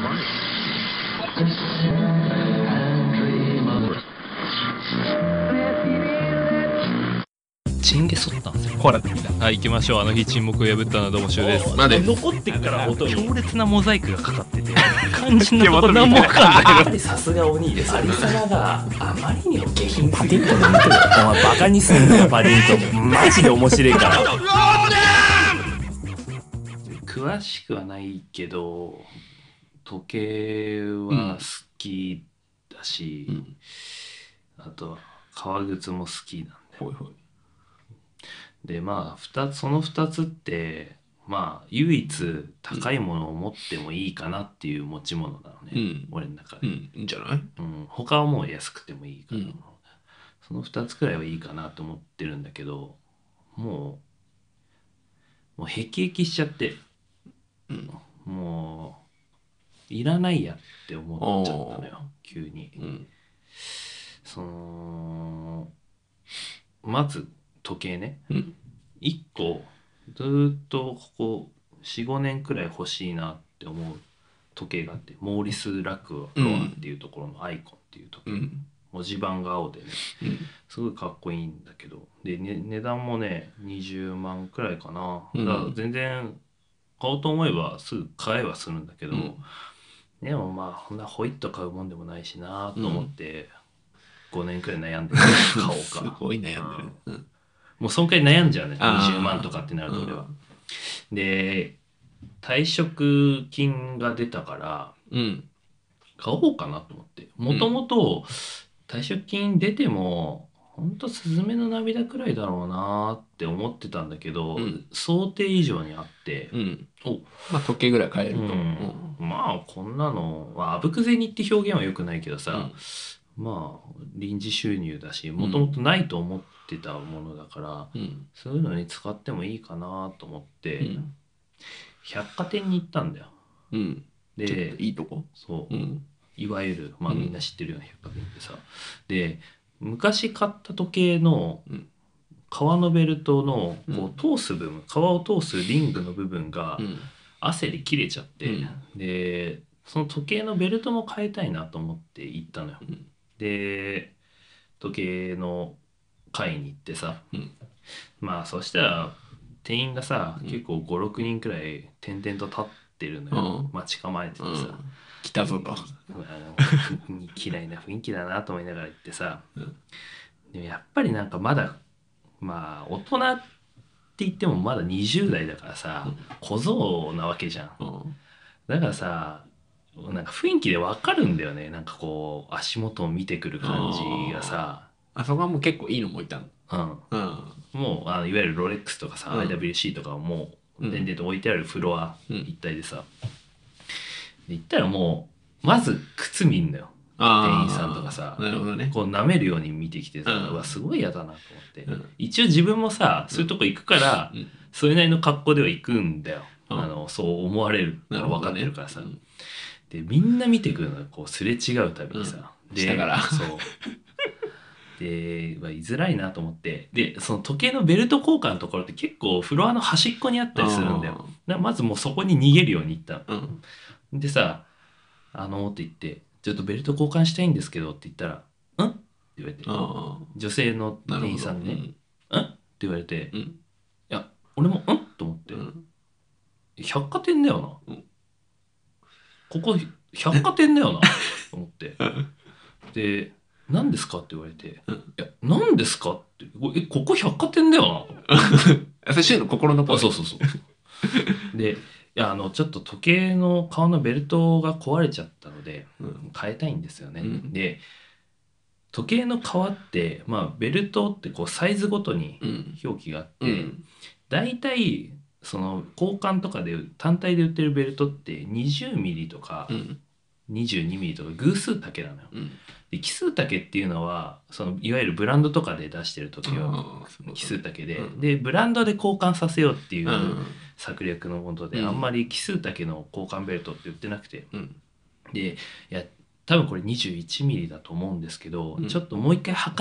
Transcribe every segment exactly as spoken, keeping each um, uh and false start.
チンゲソったんですよ。 ほらってきた。 はい、行きましょう。あの日沈黙を破ったのはどうもしゅうです。 なんで残ってっから音に強烈なモザイクがかかってて肝心なとこ何も分かんないやっぱりさすがお兄です。アリサナがあまりにも下品パディントンの見てる。お前バカにすんなよパディントン。マジで面白いから。 詳しくはないけど時計は好きだし、うん、あとは革靴も好きなんで、ほいほいでまあふたつそのふたつってまあ唯一高いものを持ってもいいかなっていう持ち物なのね、うん、俺の中で、うん、 いいんじゃない、 うん、他はもう安くてもいいから、うん、そのふたつくらいはいいかなと思ってるんだけどもうもうへきへきしちゃって、うん、もういらないやって思っちゃったのよ急に、うん、そのまず時計ね、うん、いっこずっとここ よん,ご 年くらい欲しいなって思う時計があってモーリス・ラクロワっていうところのアイコンっていう時計、うん、文字盤が青でね、うん、すごいかっこいいんだけどで、ね、値段もねにじゅうまんくらいかな、だから全然買おうと思えばすぐ買えはするんだけど、うん、でもまあこんなホイッと買うもんでもないしなと思って、うん、ごねんくらい悩んで買おうかすごい悩んでる、うん、 もうそんくらい悩んじゃうねにじゅうまんとかってなると俺は、うん、で退職金が出たから、うん、買おうかなと思ってもともと退職金出てもほんとスズメの涙くらいだろうなって思ってたんだけど、うん、想定以上にあって、うん、 おまあ時計ぐらい買えると、うんうん、まあこんなのあぶく銭って表現は良くないけどさ、うん、まあ臨時収入だしもともとないと思ってたものだから、うん、そういうのに使ってもいいかなと思って、うん、百貨店に行ったんだよ、 うん、でいいとこそう、うん、いわゆるまあみんな知ってるような百貨店ってさ、で昔買った時計の革のベルトのこう通す部分、革を通すリングの部分が汗で切れちゃって、うん、でその時計のベルトも変えたいなと思って行ったのよ、うん、で時計の買いに行ってさ、うん、まあそしたら店員がさ、うん、結構ごろくにんくらい点々と立ってるのよ、うん、待ち構えててさ、うん、 来たぞとあの嫌いな雰囲気だなと思いながら行ってさ、うん、でもやっぱりなんかまだまあ大人って言ってもまだにじゅう代だからさ、うん、小僧なわけじゃん、うん、だからさなんか雰囲気でわかるんだよね、なんかこう足元を見てくる感じがさ、 あそこはもう結構いいのもいたの、 うんうん、もうあのいわゆるロレックスとかさ、うん、アイダブリューシー とかはもう点々と置いてあるフロア一体でさ、うん、で行ったらもうまず靴見んのよ店員さんとかさ、 なるほどね、 こう舐めるように見てきてさ、うん、うわすごい嫌だなと思って、うん、一応自分もさそういうとこ行くから、うん、それなりの格好では行くんだよ、うん、あのそう思われるの分かってるからさ、ね、でみんな見てくるのよこうすれ違うたびにさ、 うん、で下からそうで、まあ、居づらいなと思ってでその時計のベルト交換のところって結構フロアの端っこにあったりするんだよ、だからまずもうそこに逃げるように行ったの、うん、でさあのーって言ってちょっとベルト交換したいんですけどって言ったら「ん?」って言われて、女性の店員さんにね「うん?」って言われて、うん、いや俺も「ん?」と思って、うん、百貨店だよな、うん、ここ百貨店だよなと思ってで「何ですか?」って言われて「うん、いや何ですか?」って「えここ百貨店だよな」 私の心の声、 そうそうそうでいやあのちょっと時計の革のベルトが壊れちゃったので、うん、変えたいんですよね、うん、で時計の革って、まあ、ベルトってこうサイズごとに表記があって、うん、だいたいその交換とかで単体で売ってるベルトってにじゅうミリとか、うん、にじゅうにミリとか偶数丈なのよ、うん、で奇数丈っていうのはそのいわゆるブランドとかで出してる時は奇数丈で、うん、でブランドで交換させようっていう策略のもとで、うん、あんまり奇数丈の交換ベルトって売ってなくて、うん、でいや多分これにじゅういちミリだと思うんですけど、うん、ちょっともう一回測っ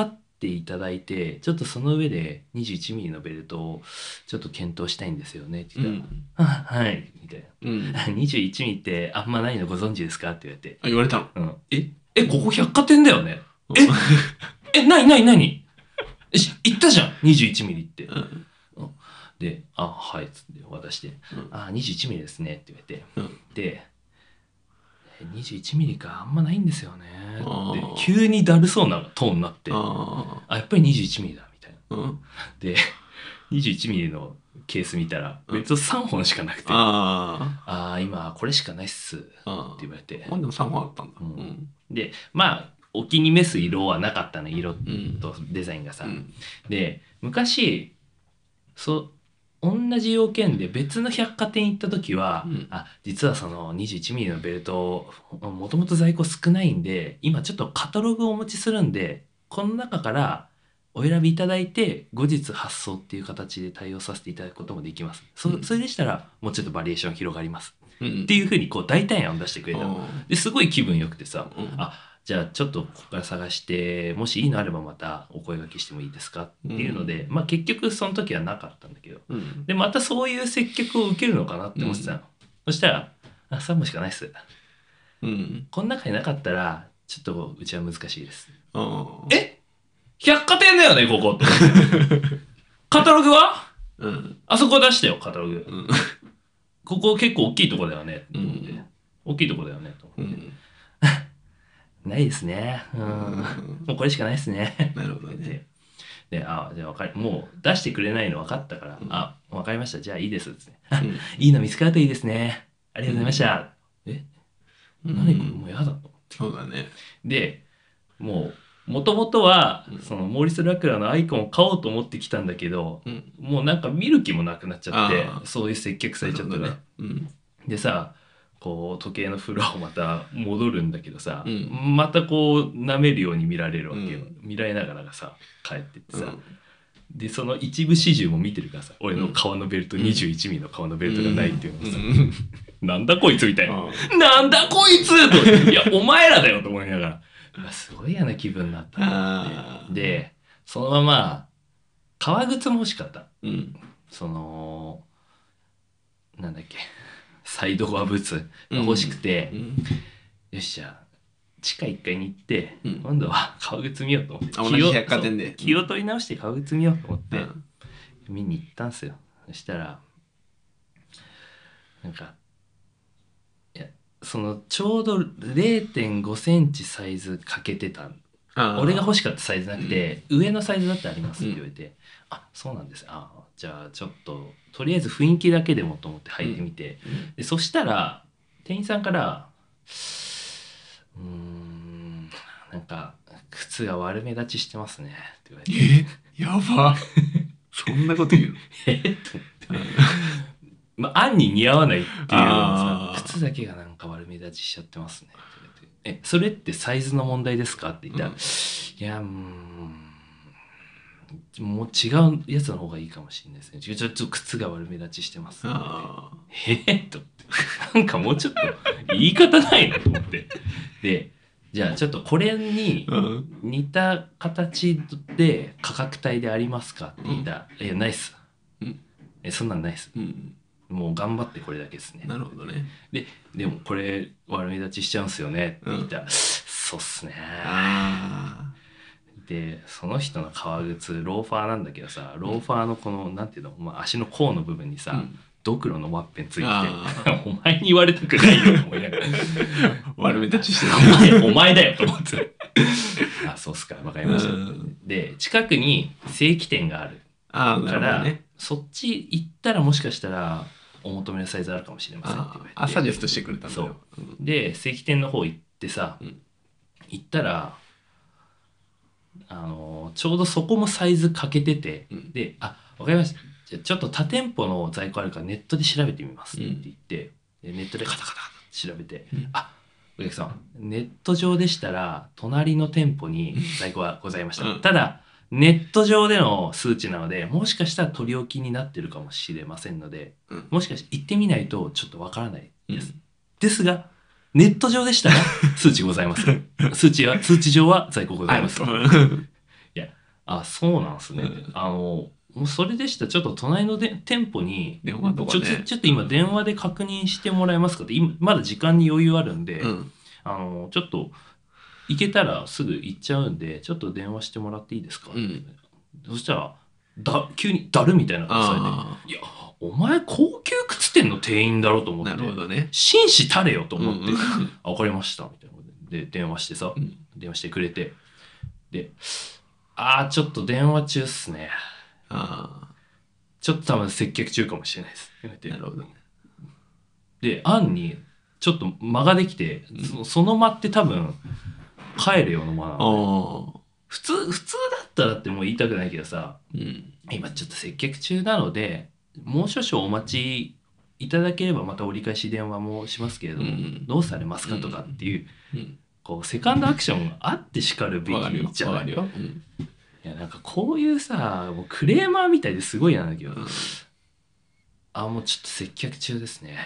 っていただいて、ちょっとその上で にじゅういちミリ のベルトをちょっと検討したいんですよねってう言ったん。 ら、あはいみたいうん。 な。にじゅういちミリ ってあんまないのご存知ですかって言われて、 あ、言われたの。 うん、ええここ百貨店だよね。 うんええなになになにえし言ったじゃん にじゅういちミリ って。 うんで、あ、はいっつって渡して、 うんあ、にじゅういちミリ ですねって言われて、 うんで、にじゅういちミリ かあんまないんですよねあーって急にだるそうなトーンになって、ああやっぱり にじゅういちミリ だみたいな。 あ。うん。 で、にじゅういちミリ のケース見たらうん別にさんほんしかなくて、あああー今これしかないっすってあ。ああ。 言われて、 あ、でもさん本あったんだ。 ううんん。 で、まあお気に召す色はなかったの、色うん。 とデザインがさ、 うん。 で昔そう同じ要件で別の百貨店行った時は、 うんあ実はその にじゅういちミリ のベルトもともと在庫少ないんで今ちょっとカタログをお持ちするんでこの中からお選びいただいて後日発送っていう形で対応させていただくこともできます、そうんそれでしたらもうちょっとバリエーション広がりますうん。 っていうふうにこう代替案を出してくれたのあですごい気分よくてさ、 うんあじゃあちょっとここから探してもしいいのあればまたお声掛けしてもいいですかっていうので、まあ結局その時はなかったんだけど、 うん。 でまたそういう接客を受けるのかなって思ってたの、そしたら「あさんぼんしかないっすうん。 この中になかったらちょっとうちは難しいです」 ああ。 え百貨店だよねここってカタログはうん。 あそこ出してよカタログ、 うん。 ここ結構大きいとこだよねと思って、 うん大きいとこだよねと思って、 うん。 ないですねうんもうこれしかないですねなるほどね。 で、あ、じゃあ分かり、もう出してくれないの分かったから、 うんあ、分かりました、じゃあいいですっつって。 うんいいの見つかるといいですね。ありがとうございました。え、何これもうやだと。 そうだね。 で、もう、もともとはうん、 そのモーリス・ラクラのアイコンを買おうと思ってきたんだけど、 うん。 もうなんか見る気もなくなっちゃってあ、ーそういう接客されちゃったから。 なるほどね。 でさ、こう時計のフロアをまた戻るんだけどさ、 うんまたこう舐めるように見られるわけよ、 うん見られながらがさ帰ってってさ、 うん。 でその一部始終も見てるからさ俺の革のベルト、 うんにじゅういちミリ の革のベルトがないっていうのをさ、 うん。 なんだこいつみたいな、 あなんだこいつと思っていやお前らだよと思いながらうわすごい嫌な気分になったなあってでそのまま革靴も欲しかった、 うん。 そのなんだっけサイドゴアブーツが欲しくて、 うん。 よしじゃあ地下いっかいに行って、 うん今度は革靴見ようと思ってあ同じ百貨店でそう気を取り直して革靴見ようと思って、 うん見に行ったんすよ。そしたらなんかいやそのちょうど れいてんごセンチサイズ欠けてたあー俺が欲しかったサイズなくて、上のサイズだってありますって言われて、あそうなんですあじゃあちょっととりあえず雰囲気だけでもと思って履いてみて、 うんでそしたら店員さんから「うーんなんか靴が悪目立ちしてますね」って言われてえやば。そんなこと言うの？ 「えっ?」と思ってまあ案に似合わないっていうのさあー靴だけがなんか悪目立ちしちゃってますねって言われて「えそれってサイズの問題ですか?」って言ったら「 うんいやうーんもう違うやつの方がいいかもしれないですねちょちょっと靴が悪目立ちしてます、ね」 あえー、と思ってなんかもうちょっと言い方ないのと思ってでじゃあちょっとこれにあ。うん。 似た形で価格帯でありますかって言ったら「いやないっす、 うんえそんなんないっすうん。 もう頑張ってこれだけですねなるほどね。 ででもこれ悪目立ちしちゃうんすよね」って言ったら「そうっすね」 あでその人の革靴ローファーなんだけどさローファーのこのなんていうの、まあ、足の甲の部分にさ、 うんドクロのワッペンついてあてお前に言われたくないよと思いながらあ。悪目立ちしてお前お前だよと思ってあそうっすかわかりました、 うんで近くに正規店があるああ、なから、 るほどね。 そっち行ったらもしかしたらお求めのサイズあるかもしれませんって言われてああ、サジェストしてくれたんだよ。うんで正規店の方行ってさ、 うん行ったらあのちょうどそこもサイズ欠けてて、 うんで「あわかりましたじゃあちょっと他店舗の在庫あるからネットで調べてみます」って言って、でネットでカタカタカタって調べて「 うんあお客さんネット上でしたら隣の店舗に在庫はございました、 うんただネット上での数値なのでもしかしたら取り置きになってるかもしれませんので、 うんもしかして行ってみないとちょっとわからないです、 うんですがネット上でしたら数値ございます数値は通知上は在庫ございます、 あいやあ、そうなんすね。 うんあの、もうそれでしたらちょっと隣ので店舗に、 電話とかちょね。 ちょっと今電話で確認してもらえますかって、今まだ時間に余裕あるんで、 うん。 あの、ちょっと行けたらすぐ行っちゃうんで、ちょっと電話してもらっていいですか、 うんそしたら、だ、急にだるみたいな顔されて、 あいや、お前高級靴店の店員だろうと思あ、 って、 なるほどね。 紳士たれよと思って、 うんあ、わかりました、みたいなことで、で、電話してさ、 うん電話してくれて、で、あー、ちょっと電話中っすね。 あちょっと多分接客中かもしれないです。言われあ、 てなるほどね。 で、アンにちょっと間ができて、 うんそのその間って多分、帰るような間なの、ね。 ああ、 普通、普通だったらってもう言いたくないけどさ、 うん。 今ちょっと接客中なので、もう少々お待ちいただければまた折り返し電話もしますけれども、 うんどうされますかとかっていう、 うん。 こう、セカンドアクションがあってしかるべわかるよき。じゃない。 わかるよ。うん。 いや、なんかこういうさ、もうクレーマーみたいですごいなんだけど、 うんあ、もうちょっと接客中ですね。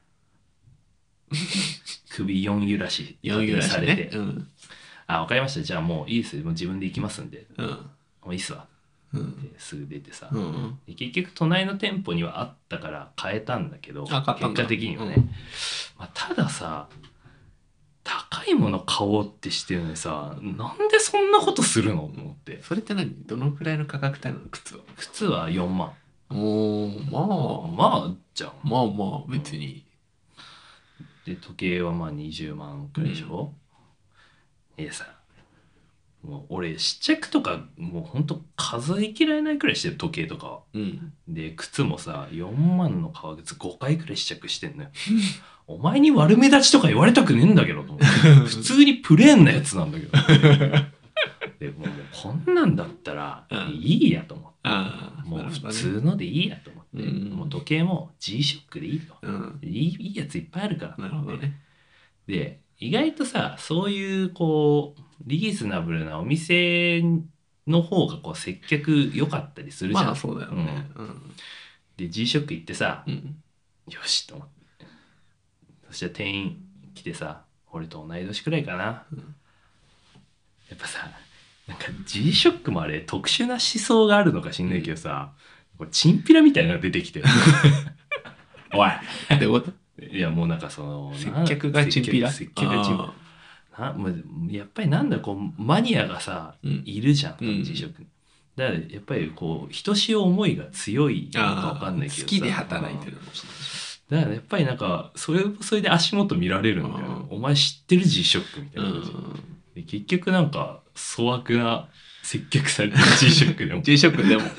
首よん揺らし四揺らしされて、 ね。うん。 あ、わかりました。じゃあもういいですよ。もう自分で行きますんで。 うん。 もういいっすわ。 うん。 ですぐ出てさ。 うん。 で結局隣の店舗にはあったから変えたんだけど、 あ買ったんだ結果的にはね。 うんまあ、たださ、高いもの買おうってしてるのにさ、なんでそんなことするのと思って。 それって何どのくらいの価格帯なの靴は。 靴はよんまん。 おー、まあ、 まあ、じゃん。 まあまあ、別に。 で、時計はまあにじゅうまんくらいでしょ、うん、えさ、もう俺試着とかもうほんと数えきられないくらいしてる、時計とかは。 うん。 で、靴もさ、よんまんの革靴ごかいくらい試着してんのよ。お前に悪目立ちとか言われたくねえんだけどと思って。普通にプレーンなやつなんだけど。でもうこんなんだったらうんいいやと思って。 ああ、 もう普なるほどね通のでいいやと思って。 うんもう時計も G ショックでいいと。 うん。 いいいいやついっぱいあるから。 なるほどね。 で、意外とさ、そういうこう、リーズナブルなお店の方がこう接客良かったりするじゃん。 まあそうだよね。うん。 で、G ショック行ってさ、 うん。 よしと思って。そしたら店員来てさ、俺と同い年くらいかな。 うんやっぱさ、なんか G ショックもあれ特殊な思想があるのか知んないけどさ、これチンピラみたいなのが出てきて。おいってこといやもうなんかその接客がチンピラ接客接客がチンピラなもうやっぱりなんだこうマニアがさ、 うんいるじゃん、 うん G ショックだからやっぱりこうひとしお思いが強いのかわかんないけどさ好きで働いてるのかもしれないし。 だからやっぱりなんかそれそれで足元見られるんだよ、 うんお前知ってる G ショックみたいな感じ、 うんで結局なんか粗悪な接客されてる G ショックでも G ショックでも。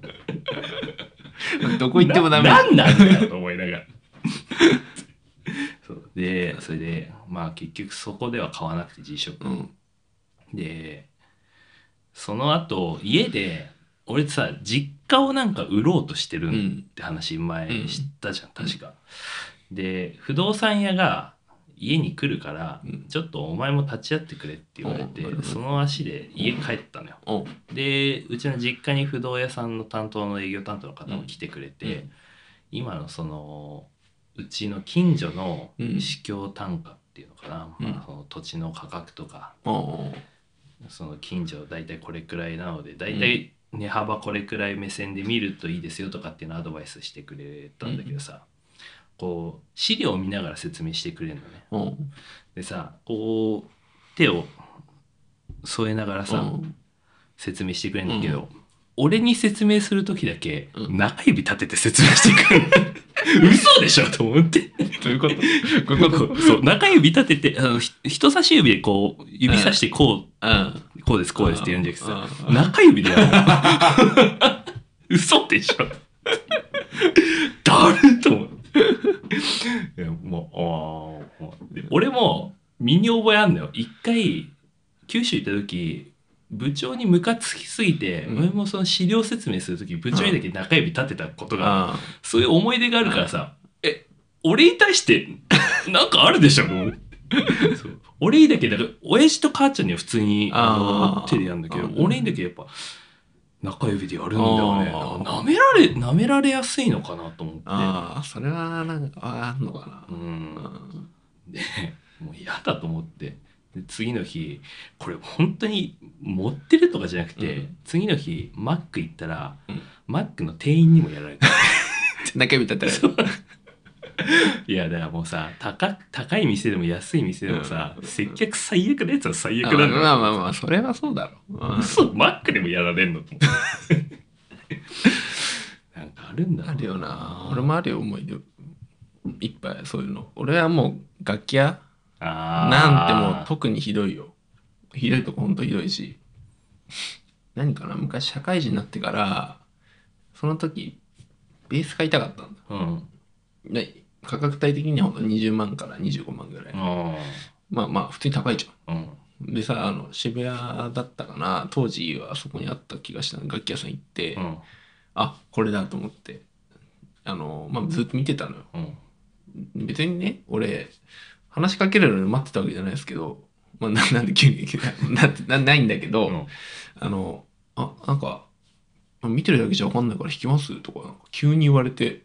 どこ行ってもダメ。 ななんなんだよと思いながらそうでそれでまあ結局そこでは買わなくて G ショック、 うん。 でその後家で俺さ実家をなんか売ろうとしてるって話前知ったじゃん、確か。で不動産屋が家に来るから、 うんちょっとお前も立ち会ってくれって言われて、 うんその足で家帰ったのよ。 おうでうちの実家に不動屋さんの担当の営業担当の方も来てくれて、 うん今のそのうちの近所のうん市況単価っていうのかな、 うんまあ、その土地の価格とかおうその近所大体これくらいなので大体値幅これくらい目線で見るといいですよとかっていうのをアドバイスしてくれたんだけどさ、こう資料を見ながら説明してくれるのね。 おうでさこう手を添えながらさ、 うん説明してくれるんだけど、 うん俺に説明する時だけうん中指立てて説明してくるの嘘でしょと思ってどういうことどういうことそう中指立ててあのひ人差し指でこう指さしてこう、 うん。 こうですこうですって言うんじゃなくてさ、 うん中指でやるの嘘でしょだると思っていやもうあーもうで俺も身に覚えあんのよ。一回九州行った時部長にムカつきすぎて、 うん俺もその資料説明する時部長にだけ中指立てたことが、 あそういう思い出があるからさ、え俺に対してなんかあるでしょと思ってそう俺にだけだから親父と母ちゃんには普通にああーの手でやるんだけど、 うん俺にだけやっぱ中指でやるんだよね。 あーなめられ舐められやすいのかなと思って、 ああ、それはなんかあんのかな。 うんうんでもう嫌だと思ってで次の日これ本当に持ってるとかじゃなくて、 うん次の日マック行ったら、 うんマックの店員にもやられた中指立てられる。 いやだからもうさ 高, 高い店でも安い店でもさ、 うん接客最悪なやつは最悪あなんだよ。 まあまあまあ、それはそうだろう。うん嘘マックでもやられんのと思ってなんかあるんだろうあるよな。俺もあるよ、思い出。いっぱいそういうの。俺はもう楽器屋あーなんてもう特にひどいよ。ひどいとこほんとひどいし。何かな、昔社会人になってから、その時、ベース買いたかったんだ。 うんで価格帯的にはほんとにじゅうまんからにじゅうごまんぐらい。 うんまあまあ、普通に高いじゃん。 うんでさ、あの渋谷だったかな、当時はそこにあった気がしたの。楽器屋さん行って、 うんあ、これだと思ってあの、まあ、ずっと見てたのよ。 うん別にね、俺話しかけられるの待ってたわけじゃないですけど、まあ、ななんで急になってなないんだけど、 うんあのあなんかまあ見てるだけじゃ分かんないから弾きますとかなんか急に言われて、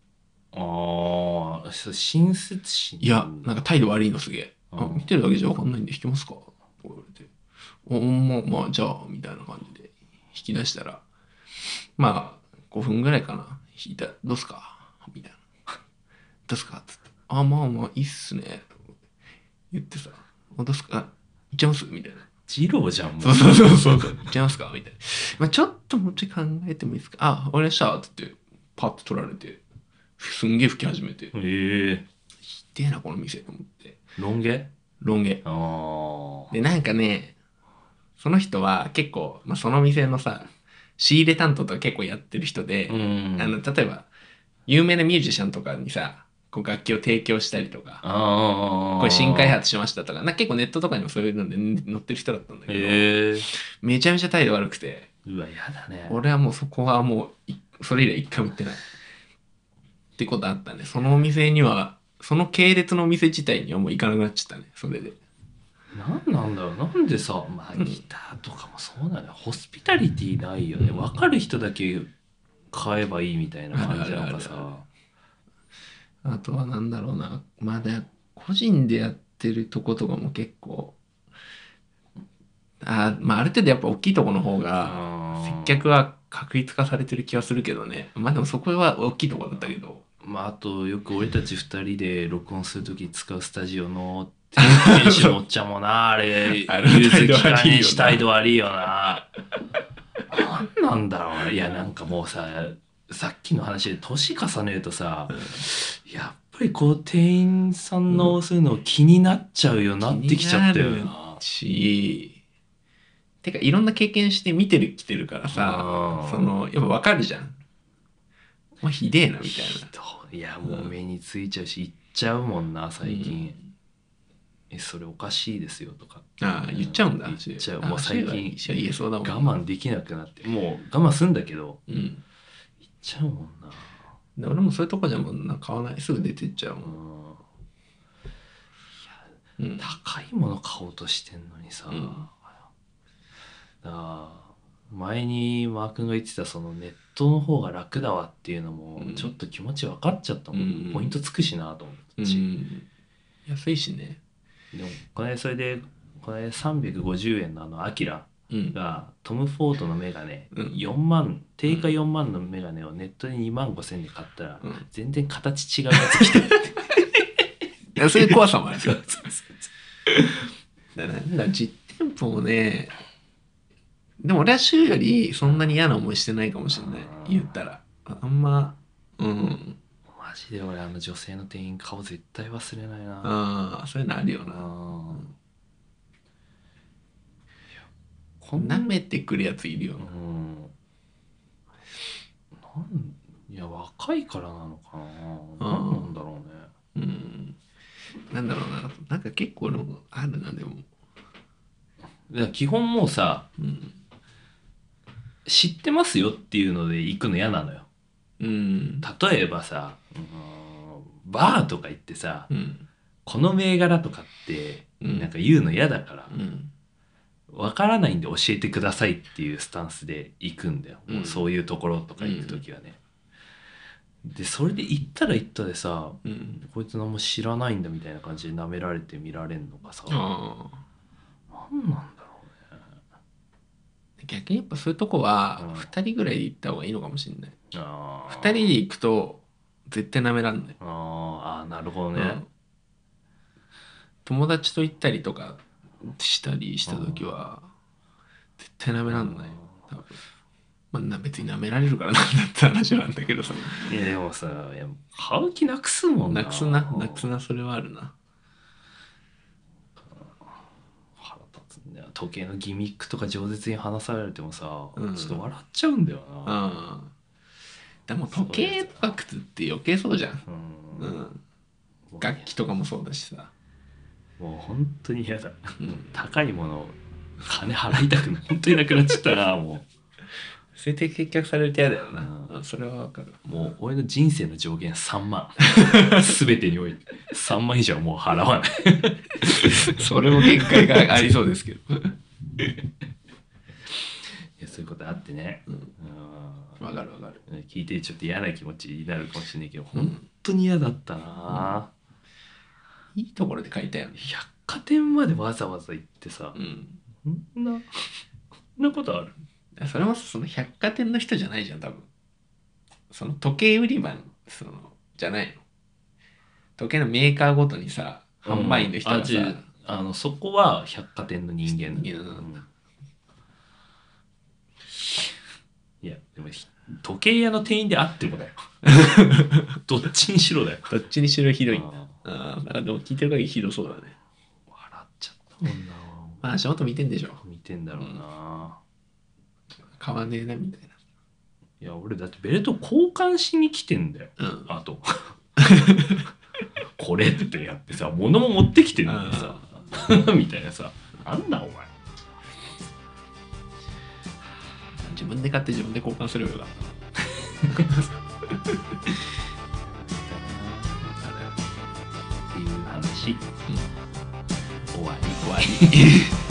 ああ、そう親切心。 いやなんか態度悪いのすげえ、あうん見てるだけじゃ分かんないんで弾きますかとか言われて、おまあまあじゃあみたいな感じで弾き出したら、まあごふんぐらいかな、弾いた、どうすかみたいなどうすかっつって、あまあまあいいっすねと言ってさ、あどうすか、いっちゃいますみたいな、 二郎じゃん、もう。 そうそうそうそうそういっちゃいますかみたいな、まあ、ちょっともうちょい考えてもいいですか、あわかりましたっつってパッと取られて、すんげえ吹き始めて、 ええひでえなこの店と思って、 ロン毛ロン毛ああ。 で、なんかね、その人は結構、まあ、その店のさ、仕入れ担当とか結構やってる人で、 うん。 あの例えば有名なミュージシャンとかにさ、こう楽器を提供したりとか、 ああ。 これ新開発しましたとか、なんか結構ネットとかにもそういうので載ってる人だったんだけど、 ええめちゃめちゃ態度悪くて、 うわ、やだね。 俺はもうそこはもういそれ以来一回も行ってないってことあったね。そのお店には、その系列のお店自体にはもう行かなくなっちゃったね、それで。 なんなんだろう、なんでさ、まあ、ギターとかもそうだね、ホスピタリティないよね。分かる人だけ買えばいいみたいな感じなのかあるあるあさ。 あとはなんだろうな、まだ個人でやってるとことかも結構、あ、まあある程度やっぱ大きいとこの方がうん接客は確立化されてる気はするけどね。まあでもそこは大きいとこだったけど。 まあ、あとよく俺たち二人で録音するとき使うスタジオの店主のおっちゃんもな、あれ、 あれ融通機態度悪いよな関にし態度悪いよな。なんなんだろうな。いや、なんかもうさ、さっきの話で年重ねるとさ、やっぱりこう店員さんのそういうの気になっちゃうようになってきちゃったよ気になな。 るし、てかいろんな経験して見てる来てるからさ、 うんそのやっぱ分かるじゃん。まあひでえなみたいひな。 どい。いや、もう目についちゃうし、言っちゃうもんな、最近。 うんえ、それおかしいですよとか。 ああ言っちゃうんだ。 言っちゃう。 あもう最近シュウは言えそうだもん。 我慢できなくなって、もう我慢すんだけど、 うん。 言っちゃうもんな。 で俺もそういうとこじゃもんな、買わない。すぐ出てっちゃうもん。 うんうん。 高いもの買おうとしてんのにさ、 うんだから前にマー君が言ってたそのネットの方が楽だわっていうのもうんちょっと気持ち分かっちゃったもん、 うんポイントつくしなと思って、 うん。安いしね。 でもこれそれでこれさんびゃくごじゅうえんのあのアキラうん。 がトム・フォードのメガネ、 うんよんまん定価よんまんのメガネをネットでにまんごせんで買ったら、 うん全然形違うやつ来てるいやそういう怖さもあるよ。だなんだ実店舗もね、でも俺は週よりそんなに嫌な思いしてないかもしれない。言ったらあんま、うん、 マジで俺あの女性の店員顔絶対忘れないな。 ああそういうのあるよな。 あこんな舐めてくるやついるよな。 うんなんいや若いからなのかな、なんなんだろうね。 うん、なんだろうな、なんか結構のあるなでも。 だから基本もうさうん、 知ってますよっていうので行くの嫌なのよ。 うん、 例えばさ、うん、バーとか行ってさ、 うん、 この銘柄とかってうんなんか言うの嫌だから、 うん、 わからないんで教えてくださいっていうスタンスで行くんだよ、 うんもうそういうところとか行く時はね、でそれで行ったら行ったでさ、 うん、 こいつ何も知らないんだみたいな感じで舐められて見られんのがさ、 ああ、 なんなんだろ逆にやっぱそういうとこはうんふたりぐらいで行った方がいいのかもしれない。 うね。ああ。 ふたりで行くと絶対舐めらんない。 あーあー、なるほどね。 うん友達と行ったりとかしたりした時は絶対舐めらんない。多分まあな別に舐められるからなんだって話なんだけどさ。 いやでもさ、いや買う気なくすもんな。 なくすな、なくすな、それはあるな。 腹立つんだよ。時計のギミックとか饒舌に話されてもさ、 うんちょっと笑っちゃうんだよな。 ああ。でも時計バクツって余計そうじゃん。 うん。 うん。 もう楽器とかもそうだしさ。 もう本当に嫌だ。 うん。 高いもの金払いたくない。本当になくなっちゃったな、もそれで結局されると嫌だよな。 うんうんそれはわかる。 う。もう俺の人生の上限さんまん。全てにおいて。さんまん以上はもう払わない。 それも限界がありそうですけど。 いやそういうことあってね。 うんうんわかるわかる。 聞いてちょっと嫌な気持ちになるかもしれないけど、本当に嫌だったな、 いいところで買いたいよね。 百貨店までわざわざ行ってさ、 うん。 こんなこんなことある？ それもその百貨店の人じゃないじゃん、多分。その時計売り場そのじゃないの。時計のメーカーごとにさ、販売員の人がさ、 あじゃああのそこは百貨店の人間人間うんいやでも時計屋の店員であってもだよどっちにしろだよ。 どっちにしろひどい。 あああ、なんかでも聞いてる限りひどそうだね。 ー笑っちゃったもんな。 まあ足元見てんでしょ。 見てんだろうな、 買わねえなみたいいや俺だってベルト交換しに来てんだよ、 な。うん。 あとこれってやってさ物も持ってきてんのにさみたいなさ、なんだお前。 自分で買って自分で交換すればよかったな。 っていう話、終わり終わり。